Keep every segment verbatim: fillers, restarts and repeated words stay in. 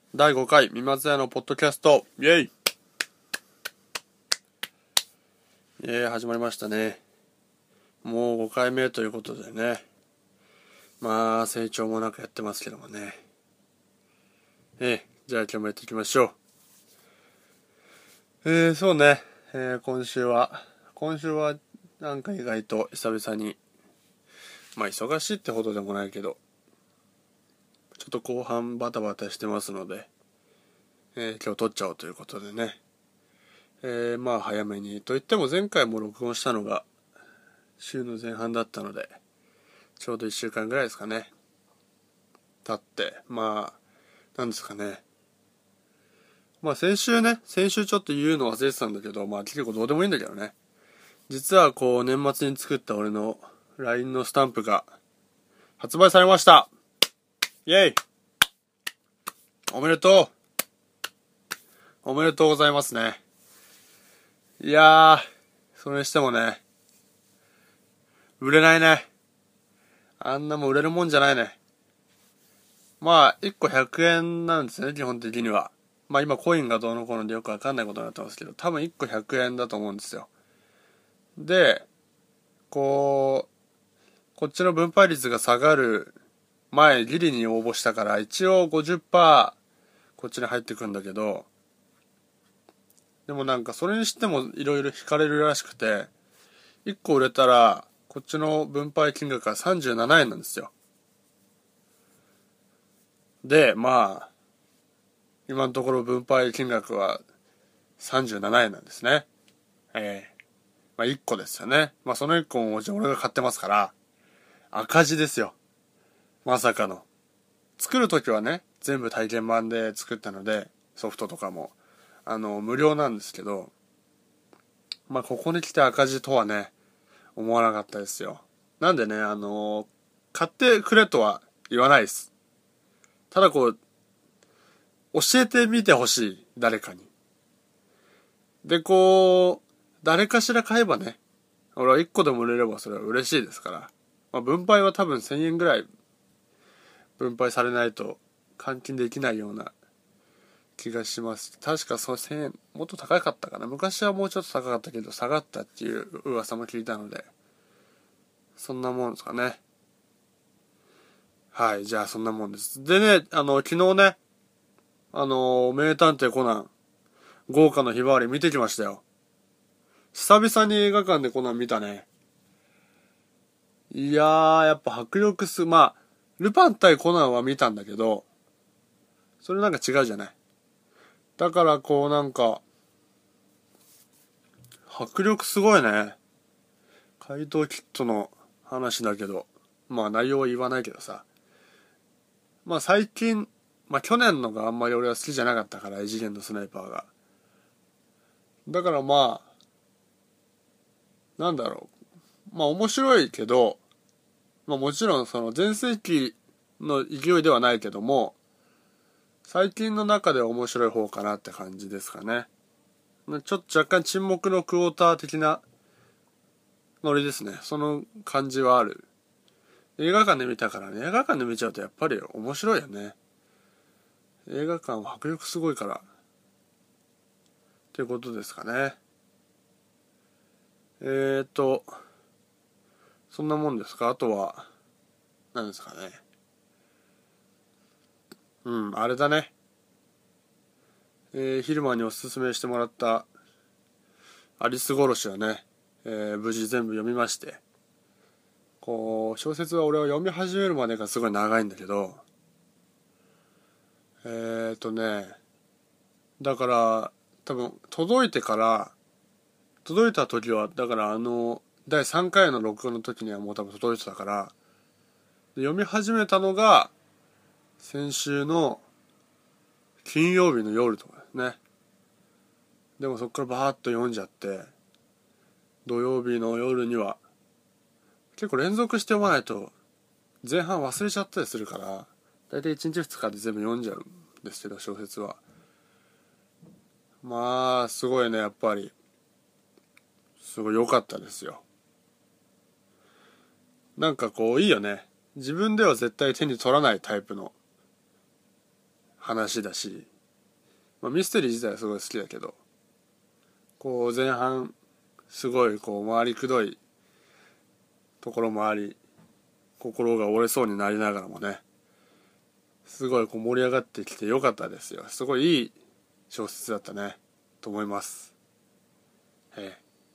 だいごかいみまつやのポッドキャスト、イェイえー、始まりましたね。もうごかいめということでね、まあ成長もなくやってますけどもね。えー、じゃあ今日もやっていきましょう。えー、そうね、えー、今週は今週はなんか意外と久々に、まあ忙しいってほどでもないけど、ちょっと後半バタバタしてますので、えー、今日撮っちゃおうということでね、えー、まあ早めにといっても前回も録音したのが週の前半だったので、ちょうどいっしゅうかんぐらいですかね経って、まあなんですかね、まあ先週ね先週ちょっと言うの忘れてたんだけど、まあ結構どうでもいいんだけどね、実はこう年末に作った俺の ライン のスタンプが発売されました。イェイ、おめでとうおめでとうございますね。いやー、それにしてもね、売れないね。あんなもん売れるもんじゃないね。まあいっこひゃくえんなんですね、基本的には。まあ今コインがどうのこうのでよくわかんないことになってますけど、多分いっこひゃくえんだと思うんですよ。で、こうこっちの分配率が下がる前ギリに応募したから一応 ごじゅっパーセント こっちに入ってくるんだけど、でもなんかそれにしてもいろいろ引かれるらしくて、いっこ売れたらこっちの分配金額がさんじゅうななえんなんですよ。で、まあ今のところ分配金額はさんじゅうななえんなんですね。ええー、まあいっこですよね。まあそのいっこももちろん俺が買ってますから赤字ですよ。まさかの。作るときはね全部体験版で作ったので、ソフトとかもあの無料なんですけど、まあここに来て赤字とはね思わなかったですよ。なんでね、あの買ってくれとは言わないです。ただこう教えてみてほしい、誰かに。でこう誰かしら買えばね、俺はいっこでも売れればそれは嬉しいですから、まあ、分配は多分せんえんぐらい分配されないと換金できないような気がします。確かそうせんえんもっと高かったかな。昔はもうちょっと高かったけど下がったっていう噂も聞いたので、そんなもんですかね。はい、じゃあそんなもんです。でね、あの昨日ね、あの名探偵コナン豪華のひまわり見てきましたよ。久々に映画館でコナン見たね。いやー、やっぱ迫力す、まあルパン対コナンは見たんだけど、それなんか違うじゃない。だからこうなんか迫力すごいね。怪盗キットの話だけど、まあ内容は言わないけどさ、まあ最近、まあ去年のがあんまり俺は好きじゃなかったから、異次元のスナイパーが。だからまあなんだろう、まあ面白いけど、まあもちろんその全盛期の勢いではないけども、最近の中では面白い方かなって感じですかね。ちょっと若干沈黙のクォーター的なノリですね。その感じはある。映画館で見たからね。映画館で見ちゃうとやっぱり面白いよね。映画館は迫力すごいからっていうことですかね。えーとそんなもんですか。あとは何ですかね。うんあれだね、えー、ヒルマンにおすすめしてもらったアリス殺しはね、えー、無事全部読みまして、こう小説は俺は読み始めるまでがすごい長いんだけど、えーとねだから多分届いてから届いた時はだからあのだいさんかいの録音の時にはもう多分届いてたから、読み始めたのが先週の金曜日の夜とかですね。でもそっからバーッと読んじゃって、土曜日の夜には結構連続して読まないと前半忘れちゃったりするから、だいたいいちにちふつかで全部読んじゃうんですけど、小説はまあすごいね、やっぱりすごい良かったですよ。なんかこういいよね、自分では絶対手に取らないタイプの話だし、まあ、ミステリー自体はすごい好きだけど、こう前半すごいこう回りくどいところもあり、心が折れそうになりながらもね、すごいこう盛り上がってきてよかったですよ。すごいいい小説だったねと思います。え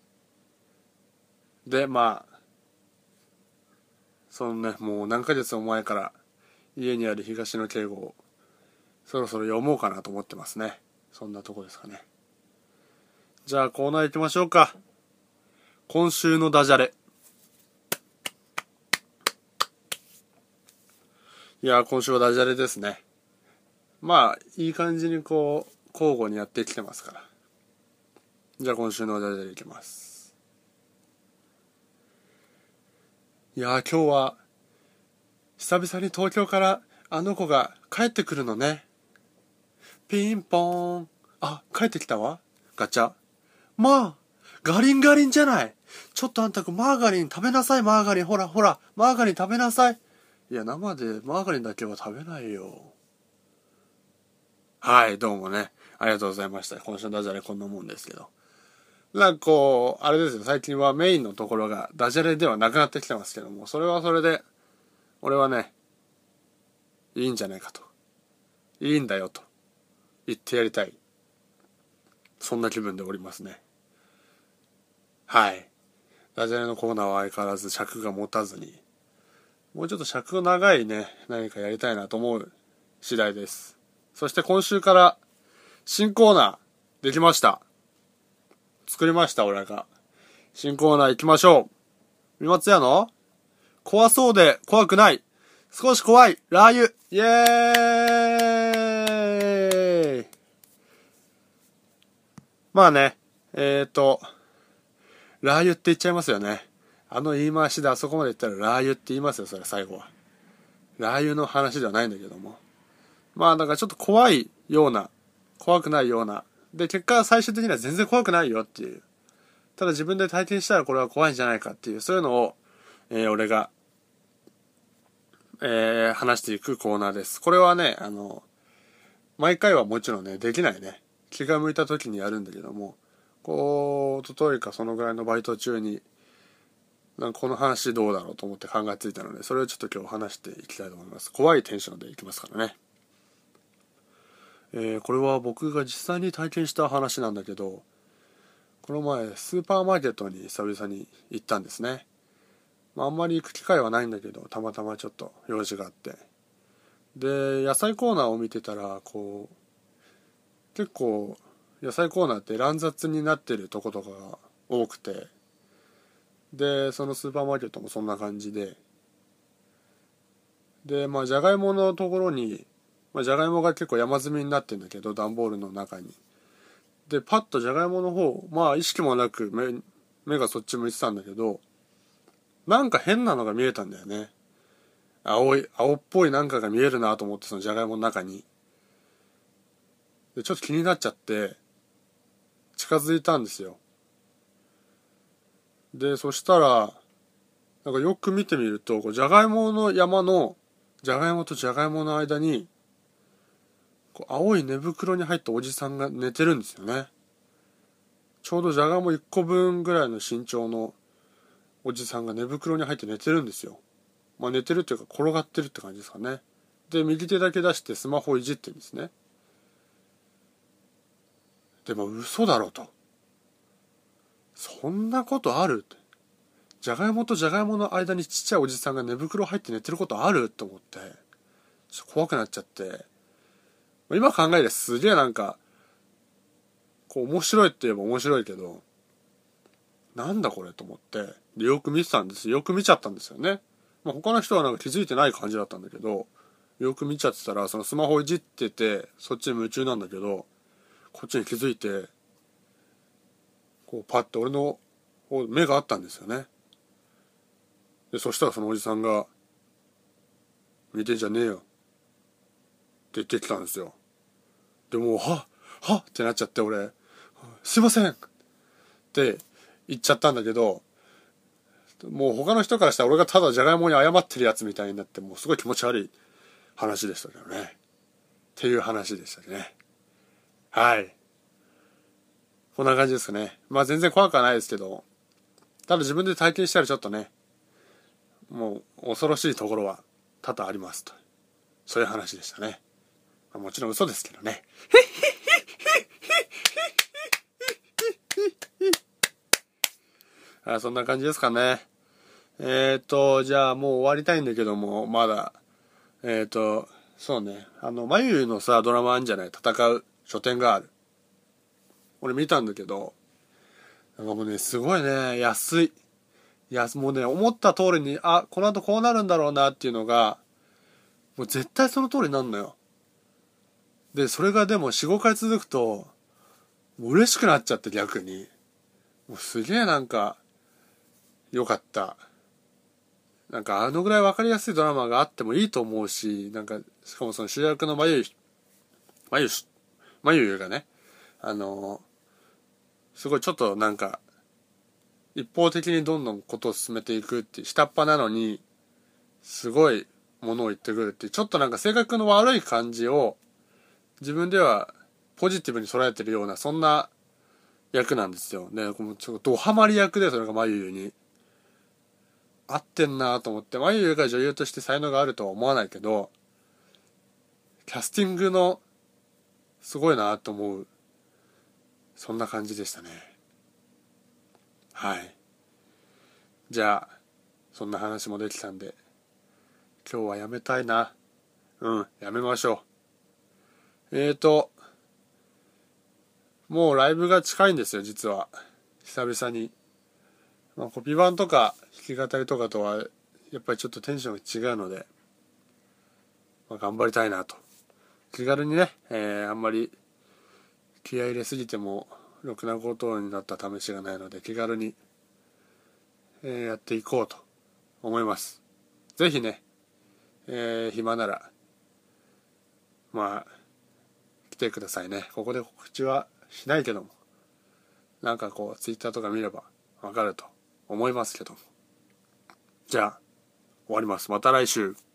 え、でまあそのね、もう何ヶ月も前から家にある東野圭吾をそろそろ読もうかなと思ってますね。そんなとこですかね。じゃあコーナー行きましょうか。今週のダジャレ。いや今週はダジャレですね。まあいい感じにこう交互にやってきてますから。じゃあ今週のダジャレいきます。いや今日は久々に東京からあの子が帰ってくるのね。ピンポーン。あ、帰ってきたわ。ガチャ。まあガリンガリンじゃない。ちょっとあんたマーガリン食べなさい。マーガリンほらほらマーガリン食べなさい。いや生でマーガリンだけは食べないよ。はいどうもねありがとうございました。今週のダジャレこんなもんですけど、なんかこうあれですよ、最近はメインのところがダジャレではなくなってきてますけども、それはそれで俺はねいいんじゃないかと、いいんだよと言ってやりたい、そんな気分でおりますね。はい、ダジャレのコーナーは相変わらず尺が持たずに、もうちょっと尺が長いね何かやりたいなと思う次第です。そして今週から新コーナーできました。作りました俺が。新コーナー行きましょう。三松屋の怖そうで怖くない少し怖いラー油、イエーイ。まあねえーとラー油って言っちゃいますよね。あの言い回しであそこまで言ったらラー油って言いますよ、それ最後は。ラー油の話ではないんだけども、まあだからちょっと怖いような怖くないようなで、結果最終的には全然怖くないよっていう、ただ自分で体験したらこれは怖いんじゃないかっていう、そういうのを、えー、俺が、えー、話していくコーナーです。これはねあの毎回はもちろんねできないね、気が向いた時にやるんだけども、こう一昨日かそのぐらいのバイト中になんかこの話どうだろうと思って考えついたので、それをちょっと今日話していきたいと思います。怖いテンションでいきますからね。えー、これは僕が実際に体験した話なんだけど、この前スーパーマーケットに久々に行ったんですね。まあ、あんまり行く機会はないんだけど、たまたまちょっと用事があって、で野菜コーナーを見てたらこう結構野菜コーナーって乱雑になってるとことかが多くて、でそのスーパーマーケットもそんな感じで、でまあじゃがいものところに、まあ、じゃがいもが結構山積みになってるんだけど、段ボールの中に、でパッとじゃがいもの方、まあ意識もなく 目, 目がそっち向いてたんだけど、なんか変なのが見えたんだよね。青い青っぽいなんかが見えるなと思って、そのじゃがいもの中にでちょっと気になっちゃって近づいたんですよ。でそしたらなんかよく見てみると、じゃがいもの山のじゃがいもとじゃがいもの間にこう青い寝袋に入ったおじさんが寝てるんですよね。ちょうどじゃがいもいっこぶんぐらいの身長のおじさんが寝袋に入って寝てるんですよ。まあ寝てるっていうか転がってるって感じですかね。で右手だけ出してスマホいじってるんですね。でも嘘だろと、そんなことあるって、じゃがいもとじゃがいもの間にちっちゃいおじさんが寝袋入って寝てることあると思って、ちょっと怖くなっちゃって、今考えてすげえなんかこう面白いって言えば面白いけど、なんだこれと思ってでよく見てたんですよ。よく見ちゃったんですよね。まあ、他の人はなんか気づいてない感じだったんだけど、よく見ちゃってたらそのスマホいじっててそっちに夢中なんだけど、こっちに気づいてこうパッと俺の目があったんですよね。でそしたらそのおじさんが見てんじゃねえよって言ってきたんですよ。でもうはっはっってなっちゃって、俺すいませんって言っちゃったんだけど、もう他の人からしたら俺がただじゃがいもに謝ってるやつみたいになって、もうすごい気持ち悪い話でしたけどね。っっていう話でしたね。はい。こんな感じですね。まあ全然怖くはないですけど、ただ自分で体験したらちょっとね、もう恐ろしいところは多々ありますと。そういう話でしたね。まあ、もちろん嘘ですけどね。あ、そんな感じですかね。えっと、じゃあもう終わりたいんだけども、まだ、えっと、そうね、あの、まゆゆのさ、ドラマあんじゃない、戦う書店がある。俺見たんだけど、なんかもうね、すごいね、安い。いや、もうね、思った通りに、あ、この後こうなるんだろうなっていうのが、もう絶対その通りになるのよ。で、それがでもよん、ごかい続くと、もう嬉しくなっちゃって逆に。もうすげえなんか、良かった。なんかあのぐらい分かりやすいドラマがあってもいいと思うし、なんか、しかもその主役のまゆゆ、まゆゆ、まゆゆがね、あの、すごいちょっとなんか、一方的にどんどんことを進めていくっていう、下っ端なのに、すごいものを言ってくるっていう、ちょっとなんか性格の悪い感じを、自分ではポジティブに捉えてるような、そんな役なんですよ。ね、このちょっとドハマり役で、それがまゆゆに。合ってんなと思って、まゆゆが女優として才能があるとは思わないけど、キャスティングの、すごいなと思う、そんな感じでしたね。はい。じゃあ、そんな話もできたんで、今日はやめたいな。うん、やめましょう。えーと、もうライブが近いんですよ、実は。久々に。まあ、コピー版とか弾き語りとかとは、やっぱりちょっとテンションが違うので、まあ、頑張りたいなと。気軽にね、えー、あんまり気合い入れすぎても、ろくなことになった試しがないので、気軽に、えー、やっていこうと思います。ぜひね、えー、暇なら、まあ、来てくださいね。ここで告知はしないけども、なんかこう、ツイッターとか見ればわかると思いますけども。じゃあ、終わります。また来週。